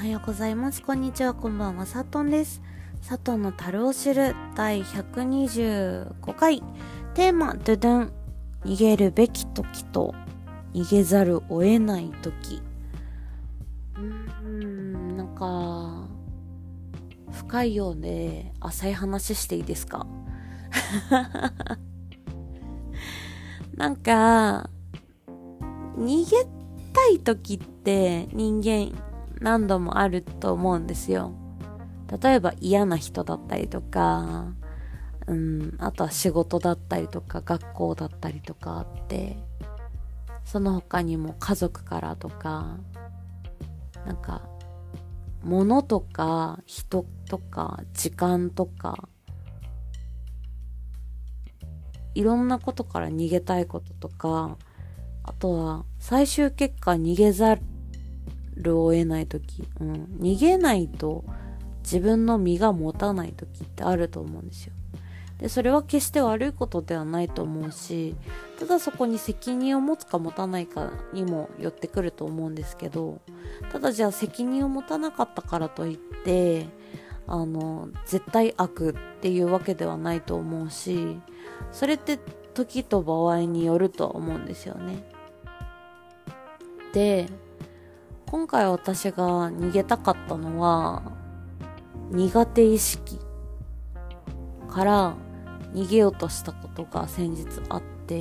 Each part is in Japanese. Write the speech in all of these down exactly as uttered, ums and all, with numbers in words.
はようございます。こんにちは、こんばんは。さとんです。さとんの樽を知るだいひゃくにじゅうごかい。テーマ、ドゥドゥン。逃げるべき時と逃げざるを得ない時。うーん、なんか深いようで浅い話していいですか？なんか逃げたい時って人間何度もあると思うんですよ。例えば嫌な人だったりとか、うん、あとは仕事だったりとか学校だったりとかあって、その他にも家族からとか、なんか物とか人とか時間とか、いろんなことから逃げたいこととか、あとは最終結果逃げざるを得ないとき、うん、逃げないと自分の身が持たないときってあると思うんですよ。で、それは決して悪いことではないと思うし、ただそこに責任を持つか持たないかにもよってくると思うんですけど、ただじゃあ責任を持たなかったからといってあの絶対悪っていうわけではないと思うし、それって時と場合によるとは思うんですよね。で、今回私が逃げたかったのは、苦手意識から逃げようとしたことが先日あって、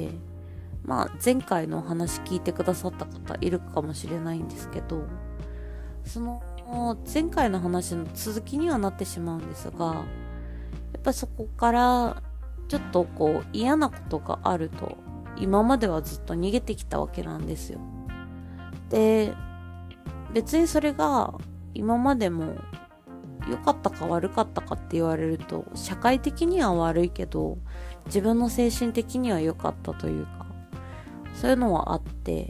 まあ前回のお話聞いてくださった方いるかもしれないんですけど、その前回の話の続きにはなってしまうんですが、やっぱそこからちょっとこう嫌なことがあると、今まではずっと逃げてきたわけなんですよ。で、別にそれが今までも良かったか悪かったかって言われると、社会的には悪いけど自分の精神的には良かったというか、そういうのはあって、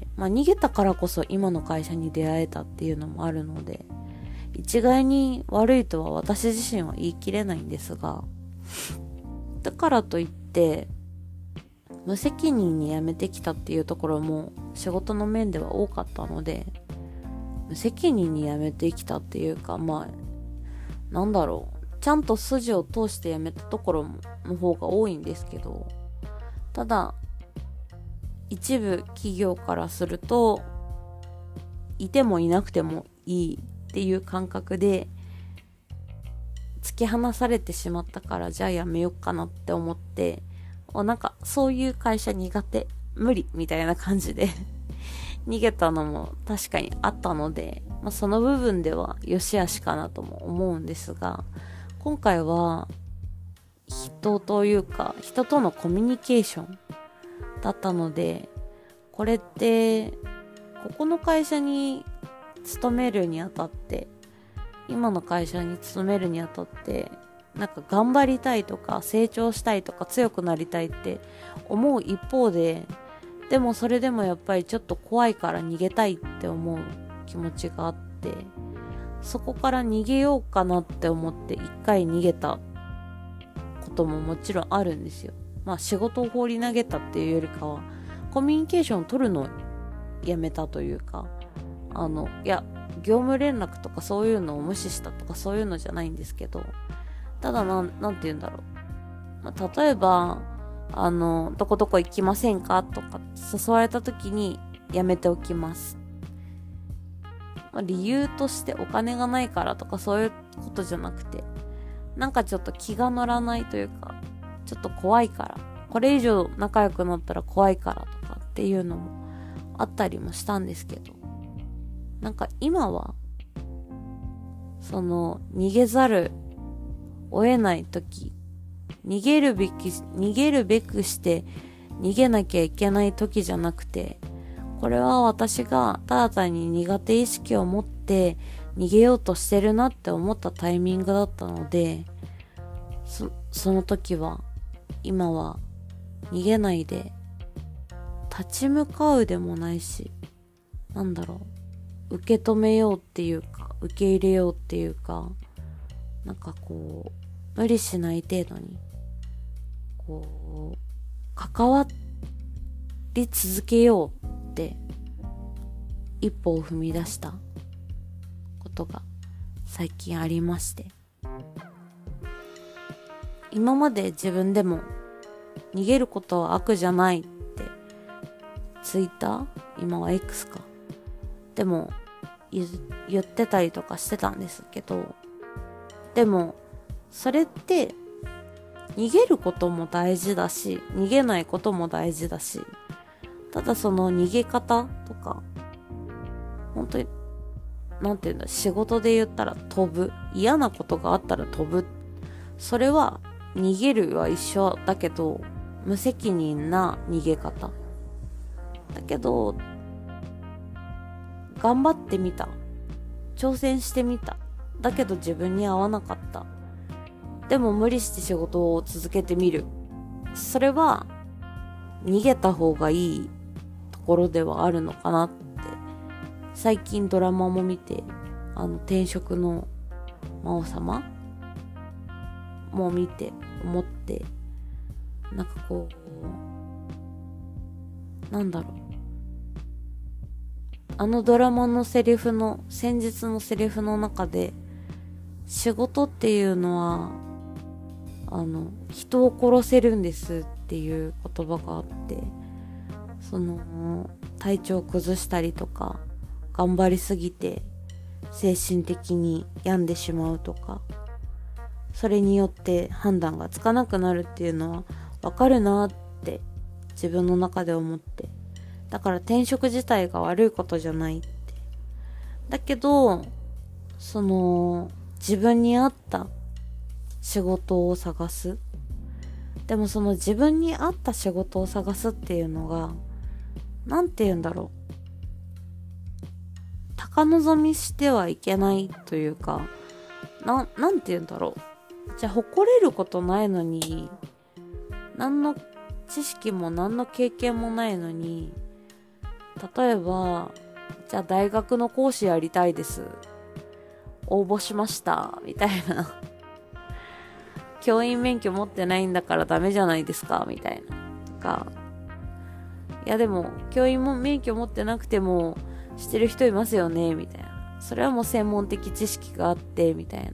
まあ逃げたからこそ今の会社に出会えたっていうのもあるので、一概に悪いとは私自身は言い切れないんですが、だからといって無責任に辞めてきたっていうところも仕事の面では多かったので、無責任に辞めてきたっていうか、まあなんだろう、ちゃんと筋を通して辞めたところの方が多いんですけど、ただ一部企業からすると、いてもいなくてもいいっていう感覚で突き放されてしまったから、じゃあ辞めようかなって思って、おなんかそういう会社苦手、無理みたいな感じで逃げたのも確かにあったので、まあ、その部分では良し悪しかなとも思うんですが、今回は人というか人とのコミュニケーションだったので、これってここの会社に勤めるにあたって、今の会社に勤めるにあたって、なんか頑張りたいとか成長したいとか強くなりたいって思う一方で、でもそれでもやっぱりちょっと怖いから逃げたいって思う気持ちがあって、そこから逃げようかなって思って一回逃げたことももちろんあるんですよ。まあ仕事を放り投げたっていうよりかは、コミュニケーションを取るのをやめたというか、あのいや業務連絡とかそういうのを無視したとかそういうのじゃないんですけど、ただなんなんて言うんだろう、まあ、例えばあのどこどこ行きませんかとか誘われた時にやめておきます、まあ、理由としてお金がないからとかそういうことじゃなくて、なんかちょっと気が乗らないというか、ちょっと怖いから、これ以上仲良くなったら怖いからとかっていうのもあったりもしたんですけど、なんか今はその逃げざるを得ない時、逃げるべき逃げるべくして逃げなきゃいけない時じゃなくて、これは私がただ単に苦手意識を持って逃げようとしてるなって思ったタイミングだったので、そ, その時は今は逃げないで立ち向かうでもないし、なんだろう、受け止めようっていうか受け入れようっていうか、なんかこう無理しない程度にこう関わり続けようって一歩を踏み出したことが最近ありまして、今まで自分でも逃げることは悪じゃないってツイッター、今は X かでも言ってたりとかしてたんですけど、でもそれって逃げることも大事だし、逃げないことも大事だし、ただその逃げ方とか、本当になんていうんだ、仕事で言ったら飛ぶ、嫌なことがあったら飛ぶ、それは逃げるは一緒だけど無責任な逃げ方だけど、頑張ってみた、挑戦してみた、だけど自分に合わなかった、でも無理して仕事を続けてみる、それは逃げた方がいいところではあるのかなって、最近ドラマも見て、あの転職の魔王様も見て思って、なんかこう、なんだろう、あのドラマのセリフの、先日のセリフの中で、仕事っていうのはあの人を殺せるんですっていう言葉があって、その体調を崩したりとか頑張りすぎて精神的に病んでしまうとか、それによって判断がつかなくなるっていうのはわかるなって自分の中で思って、だから転職自体が悪いことじゃないって。だけどその自分に合った仕事を探す、でもその自分に合った仕事を探すっていうのが、なんて言うんだろう、高望みしてはいけないというか、な、なんて言うんだろう、じゃあ誇れることないのに、何の知識も何の経験もないのに、例えばじゃあ大学の講師やりたいです、応募しましたみたいな教員免許持ってないんだからダメじゃないですかみたいなとか、いやでも教員も免許持ってなくてもしてる人いますよねみたいな、それはもう専門的知識があってみたいな、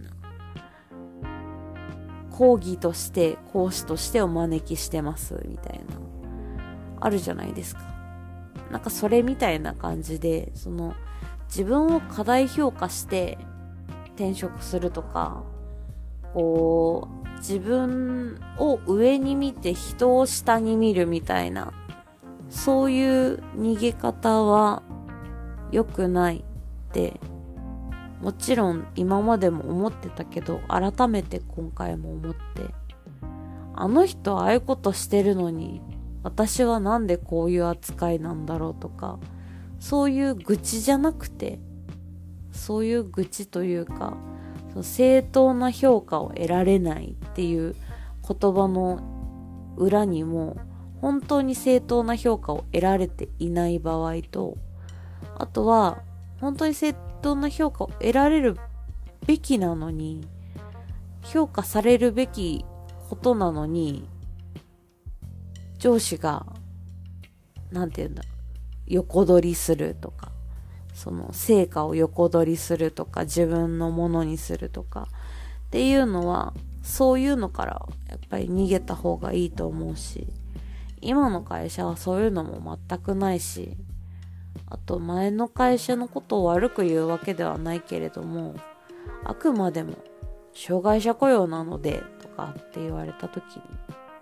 講義として講師としてお招きしてますみたいな、あるじゃないですか。なんかそれみたいな感じで、その自分を過大評価して転職するとか、こう自分を上に見て人を下に見るみたいな、そういう逃げ方は良くないってもちろん今までも思ってたけど、改めて今回も思って、あの人ああいうことしてるのに私はなんでこういう扱いなんだろうとか、そういう愚痴じゃなくて、そういう愚痴というか、その正当な評価を得られないっていう言葉の裏にも、本当に正当な評価を得られていない場合と、あとは本当に正当な評価を得られるべきなのに、評価されるべきことなのに、上司がなんていうんだ、横取りするとか、その成果を横取りするとか、自分のものにするとかっていうのは、そういうのからやっぱり逃げた方がいいと思うし、今の会社はそういうのも全くないし、あと前の会社のことを悪く言うわけではないけれども、あくまでも障害者雇用なのでとかって言われた時に、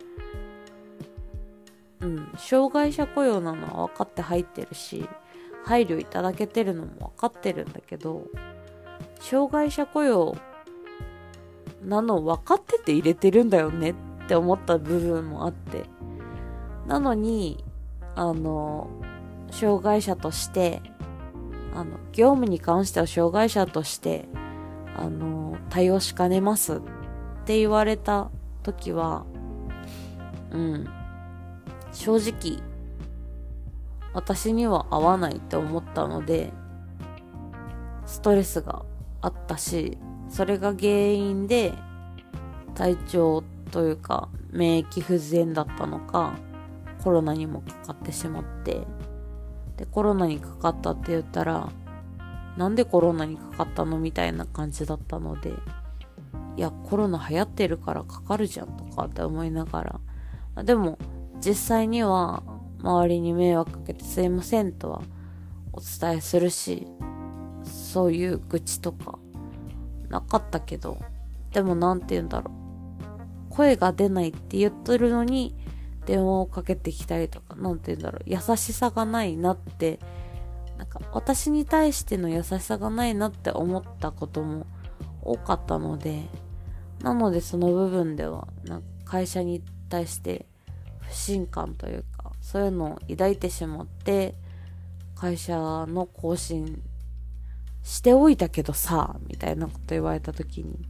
うん、障害者雇用なのは分かって入ってるし、配慮いただけてるのも分かってるんだけど、障害者雇用なの分かってて入れてるんだよねって思った部分もあって、なのにあの障害者としてあの業務に関しては障害者としてあの対応しかねますって言われた時は、うん正直私には合わないって思ったので、ストレスがあったし、それが原因で体調というか免疫不全だったのか、コロナにもかかってしまって、でコロナにかかったって言ったらなんでコロナにかかったのみたいな感じだったので、いやコロナ流行ってるからかかるじゃんとかって思いながら、でも実際には周りに迷惑かけてすいませんとはお伝えするし、そういう愚痴とかなかったけど、でもなんて言うんだろう、声が出ないって言ってるのに電話をかけてきたりとか、なんて言うんだろう、優しさがないなって、なんか私に対しての優しさがないなって思ったことも多かったので、なのでその部分ではなんか会社に対して不信感というか、そういうのを抱いてしまって、会社の更新しておいたけどさみたいなこと言われた時に、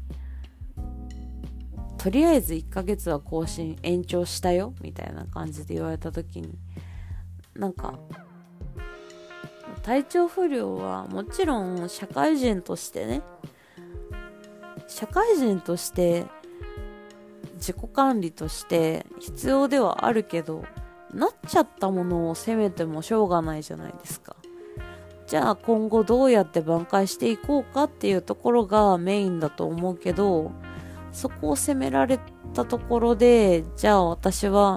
とりあえずいっかげつは更新延長したよみたいな感じで言われた時に、なんか体調不良はもちろん社会人としてね、社会人として自己管理として必要ではあるけど、なっちゃったものを責めてもしょうがないじゃないですか。じゃあ今後どうやって挽回していこうかっていうところがメインだと思うけど、そこを責められたところで、じゃあ私は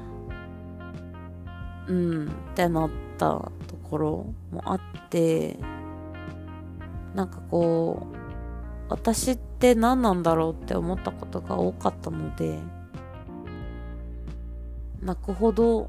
うんってなったところもあって、なんかこう私って何なんだろうって思ったことが多かったので、泣くほど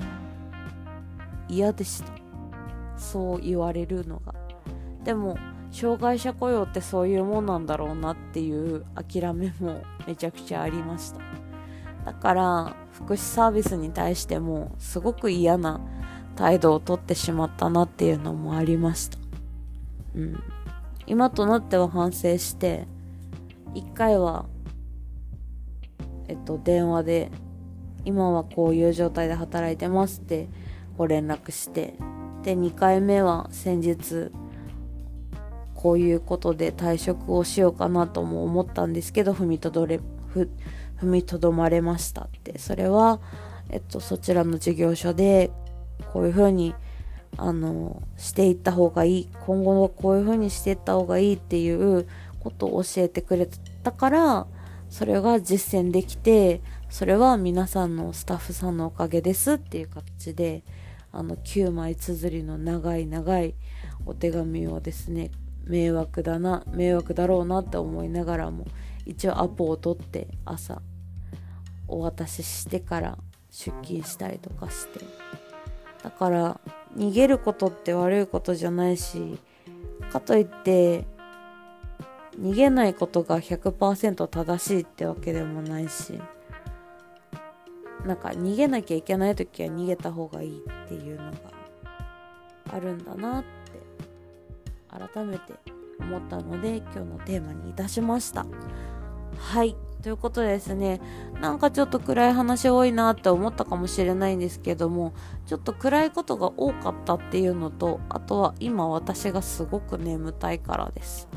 嫌でした、そう言われるのが。でも障害者雇用ってそういうもんなんだろうなっていう諦めもめちゃくちゃありました。だから福祉サービスに対してもすごく嫌な態度をとってしまったなっていうのもありました。うん。今となっては反省して、一回はえっと電話で今はこういう状態で働いてますってご連絡して、でにかいめは先日こういうことで退職をしようかなとも思ったんですけど、踏みとどれふ踏みとどまれましたって。それはえっとそちらの事業所でこういう風にあのしていった方がいい、今後はこういう風にしていった方がいいっていうことを教えてくれたから、それが実践できて、それは皆さんのスタッフさんのおかげですっていう形で、あのきゅうまい綴りの長い長いお手紙をですね、迷惑だな迷惑だろうなって思いながらも一応アポを取って朝お渡ししてから出勤したりとかして、だから逃げることって悪いことじゃないし、かといって逃げないことが ひゃくパーセント 正しいってわけでもないし、なんか逃げなきゃいけないときは逃げた方がいいっていうのがあるんだなって改めて思ったので、今日のテーマにいたしました。はい、ということでですね、なんかちょっと暗い話多いなって思ったかもしれないんですけども、ちょっと暗いことが多かったっていうのと、あとは今私がすごく眠たいからです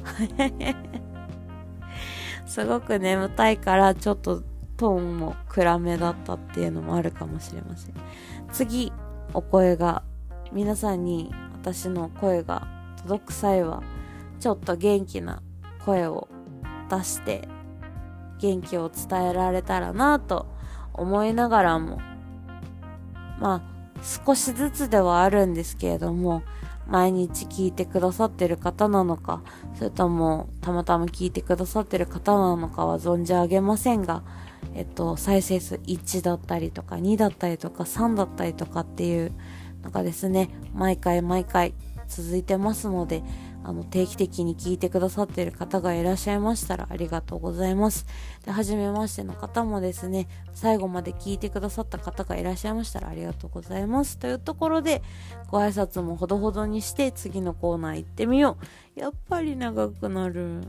すごく眠たいからちょっとトーンも暗めだったっていうのもあるかもしれません。次お声が皆さんに私の声が届く際はちょっと元気な声を出して元気を伝えられたらなと思いながらも、まあ少しずつではあるんですけれども、毎日聞いてくださってる方なのか、それともたまたま聞いてくださってる方なのかは存じ上げませんが、えっと再生数いちだったりとかにだったりとかさんだったりとかっていうのがですね、毎回毎回続いてますので、あの定期的に聞いてくださっている方がいらっしゃいましたらありがとうございます。で、初めましての方もですね、最後まで聞いてくださった方がいらっしゃいましたらありがとうございますというところで、ご挨拶もほどほどにして次のコーナー行ってみよう。やっぱり長くなる。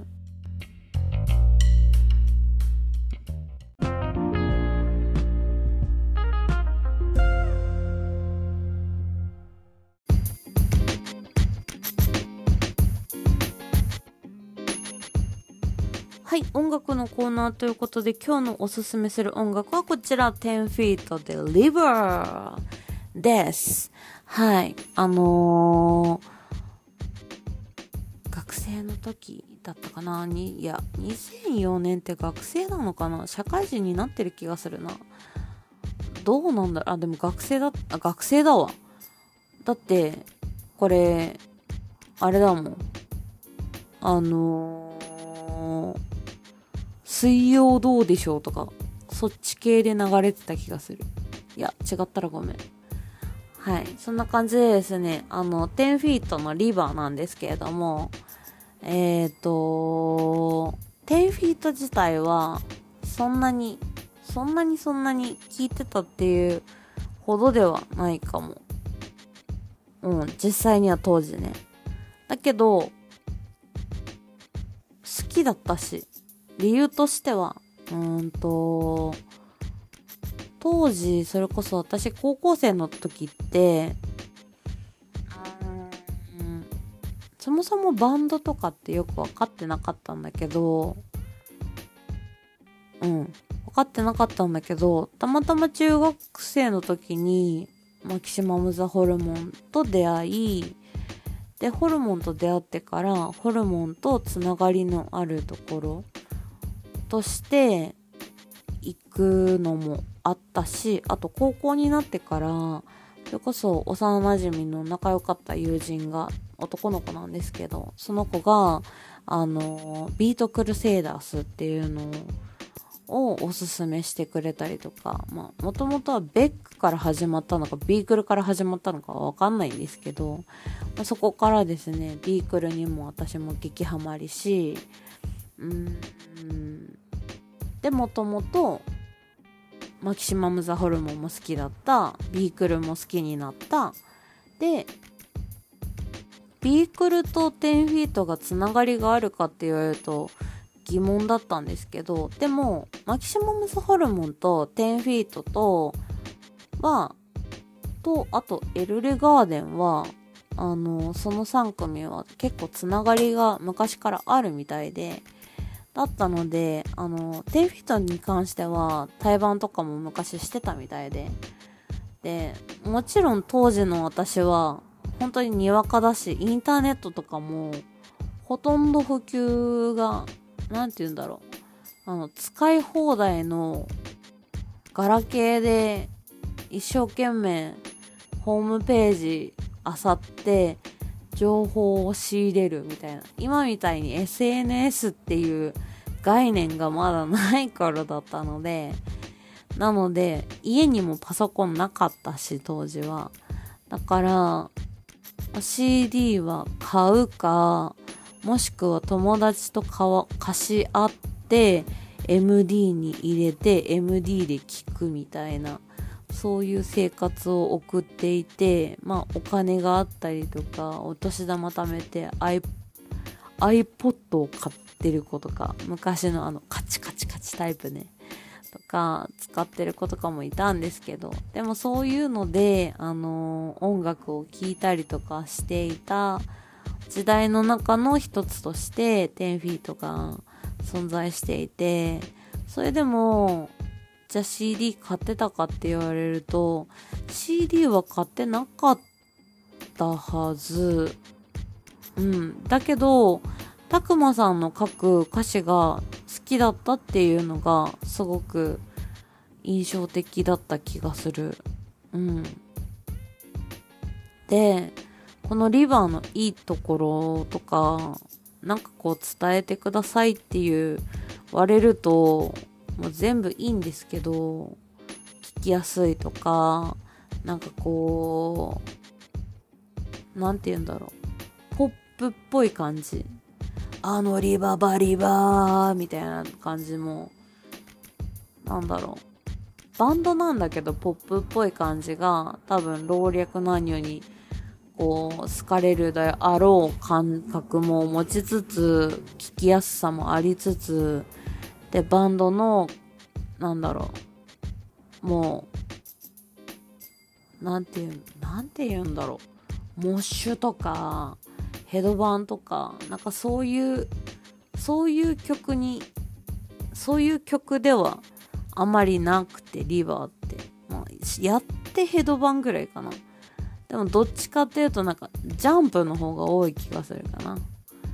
はい、音楽のコーナーということで、今日のおすすめする音楽はこちら、テンフィートで River です。はい、あのー、 生の時だったかなに、いや、にせんよねんって学生なのかな、社会人になってる気がするな。どうなんだろう、あ、でも学生だ、あ、学生だわ。だって、これ、あれだもん。あのー、水曜どうでしょうとか、そっち系で流れてた気がする。いや、違ったらごめん。はい。そんな感じでですね、あの、じゅうフィートのリバーなんですけれども、えっと、じゅうフィート自体は、そんなに、そんなにそんなに聞いてたっていうほどではないかも。うん、実際には当時ね。だけど、好きだったし、理由としては、うーんと、当時、それこそ私高校生の時って、うん、そもそもバンドとかってよく分かってなかったんだけど、うん、分かってなかったんだけど、たまたま中学生の時に、マキシマム・ザ・ホルモンと出会い、で、ホルモンと出会ってから、ホルモンとつながりのあるところとして行くのもあったし、あと高校になってから、それこそ幼馴染の仲良かった友人が、男の子なんですけど、その子が、あの、ビートクルセイダースっていうのをおすすめしてくれたりとか、まあ、もともとはベックから始まったのか、ビークルから始まったのかわかんないんですけど、まあ、そこからですね、ビークルにも私も激ハマりし、うーん、で、もともと、マキシマム・ザ・ホルモンも好きだった、ビークルも好きになった、で、ビークルとじゅうフィートがつながりがあるかって言われると疑問だったんですけど、でも、マキシマムズホルモンとじゅうフィートとは、と、あとエルレガーデンは、あの、そのさん組は結構つながりが昔からあるみたいで、だったので、あの、じゅうフィートに関しては対バンとかも昔してたみたいで、で、もちろん当時の私は、本当ににわかだし、インターネットとかも、ほとんど普及が、なんて言うんだろう。あの、使い放題の、ガラケーで、一生懸命、ホームページ、漁って、情報を仕入れるみたいな。今みたいに エスエヌエス っていう概念がまだない頃だったので、なので、家にもパソコンなかったし、当時は。だから、シーディー は買うか、もしくは友達と貸し合って、エムディー に入れて、エムディー で聞くみたいな、そういう生活を送っていて、まあ、お金があったりとか、お年玉貯めて、iPod を買ってる子とか、昔のあの、カチカチカチタイプね。とか使ってる子とかもいたんですけど、でもそういうので、あのー、音楽を聴いたりとかしていた時代の中の一つとしてじゅうフィートが存在していて、それでもじゃあ シーディー 買ってたかって言われると シーディー は買ってなかったはず。うん。だけどたくまさんの書く歌詞が好きだったっていうのがすごく印象的だった気がする。うん。で、このリバーのいいところとか、なんかこう伝えてくださいっていう言われると、もう全部いいんですけど、聞きやすいとか、なんかこう、なんて言うんだろう。ポップっぽい感じ。あのリババリバーみたいな感じも、なんだろう。バンドなんだけどポップっぽい感じが多分老若男女にこう好かれるであろう感覚も持ちつつ、聞きやすさもありつつ、で、バンドの、なんだろう。もう、なんていう、なんて言うんだろう。モッシュとか、ヘドバンとか、なんかそういう、そういう曲に、そういう曲ではあまりなくて、リバーって。まあ、やってヘドバンぐらいかな。でもどっちかっていうとなんか、ジャンプの方が多い気がするかな。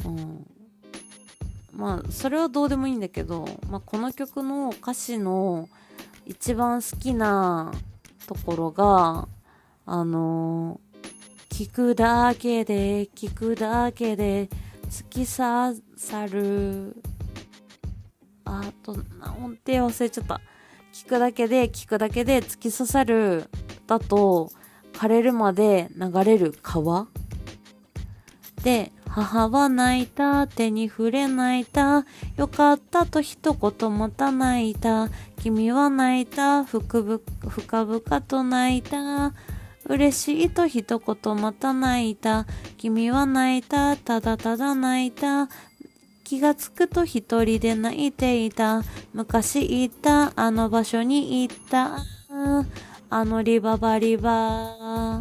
うん。まあ、それはどうでもいいんだけど、まあ、この曲の歌詞の一番好きなところが、あのー、聞くだけで、聞くだけで、突き刺さる。あと、音程忘れちゃった。聞くだけで、聞くだけで、突き刺さる。だと、枯れるまで流れる川で、母は泣いた、手に触れ泣いた、よかったと一言また泣いた、君は泣いた、深々深々と泣いた、嬉しいと一言また泣いた、君は泣いた、ただただ泣いた、気がつくと一人で泣いていた、昔行ったあの場所に行った、あのリババリバ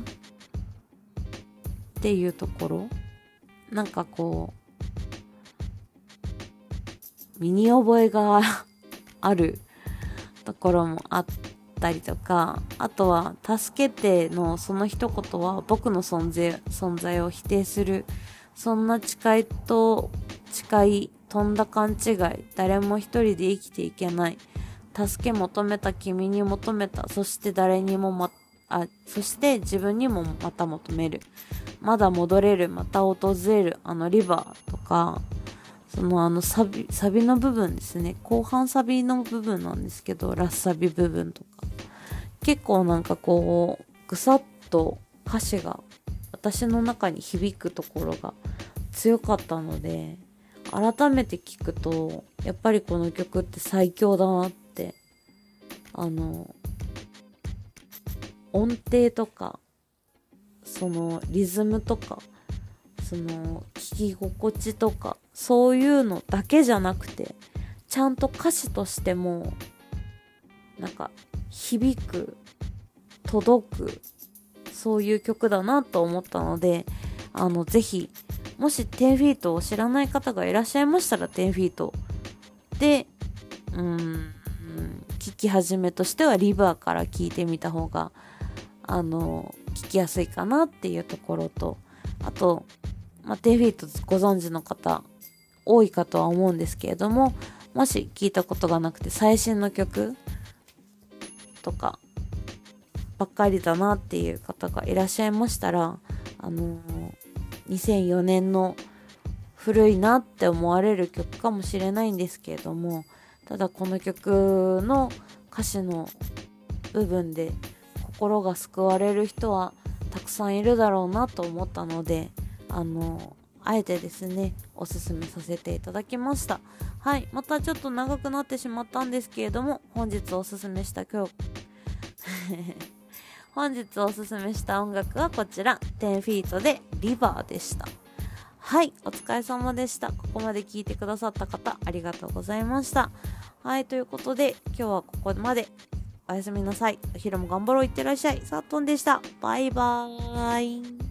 っていうところ、なんかこう身に覚えがあるところもあったりとか、あとは助けてのその一言は僕の存在存在を否定する、そんな誓いと誓い飛んだ勘違い、誰も一人で生きていけない、助け求めた君に求めた、そして誰にもまあそして自分にもまた求める、まだ戻れる、また訪れる、あのリバーとか、そのあのサビ、サビの部分ですね。後半サビの部分なんですけど、ラスサビ部分とか。結構なんかこう、ぐさっと歌詞が私の中に響くところが強かったので、改めて聞くと、やっぱりこの曲って最強だなって、あの、音程とか、そのリズムとか、その聞き心地とか、そういうのだけじゃなくて、ちゃんと歌詞としてもなんか響く、届く、そういう曲だなと思ったので、あのぜひ、もしじゅうフィートを知らない方がいらっしゃいましたら、じゅうフィートでうーん聞き始めとしてはリバーから聞いてみた方があの聞きやすいかなっていうところと、あと、まあ、じゅうフィートご存知の方多いかとは思うんですけれども、もし聞いたことがなくて最新の曲とかばっかりだなっていう方がいらっしゃいましたら、あのにせんよねんの古いなって思われる曲かもしれないんですけれども、ただこの曲の歌詞の部分で心が救われる人はたくさんいるだろうなと思ったので、あのあえてですねおすすめさせていただきました。はい、またちょっと長くなってしまったんですけれども、本日おすすめした今日本日おすすめした音楽はこちら、じゅうフィートでリバーでした。はい、お疲れ様でした。ここまで聞いてくださった方ありがとうございました。はい、ということで今日はここまで。おやすみなさい。お昼も頑張ろう。いってらっしゃい。さっとんでした。バイバーイ。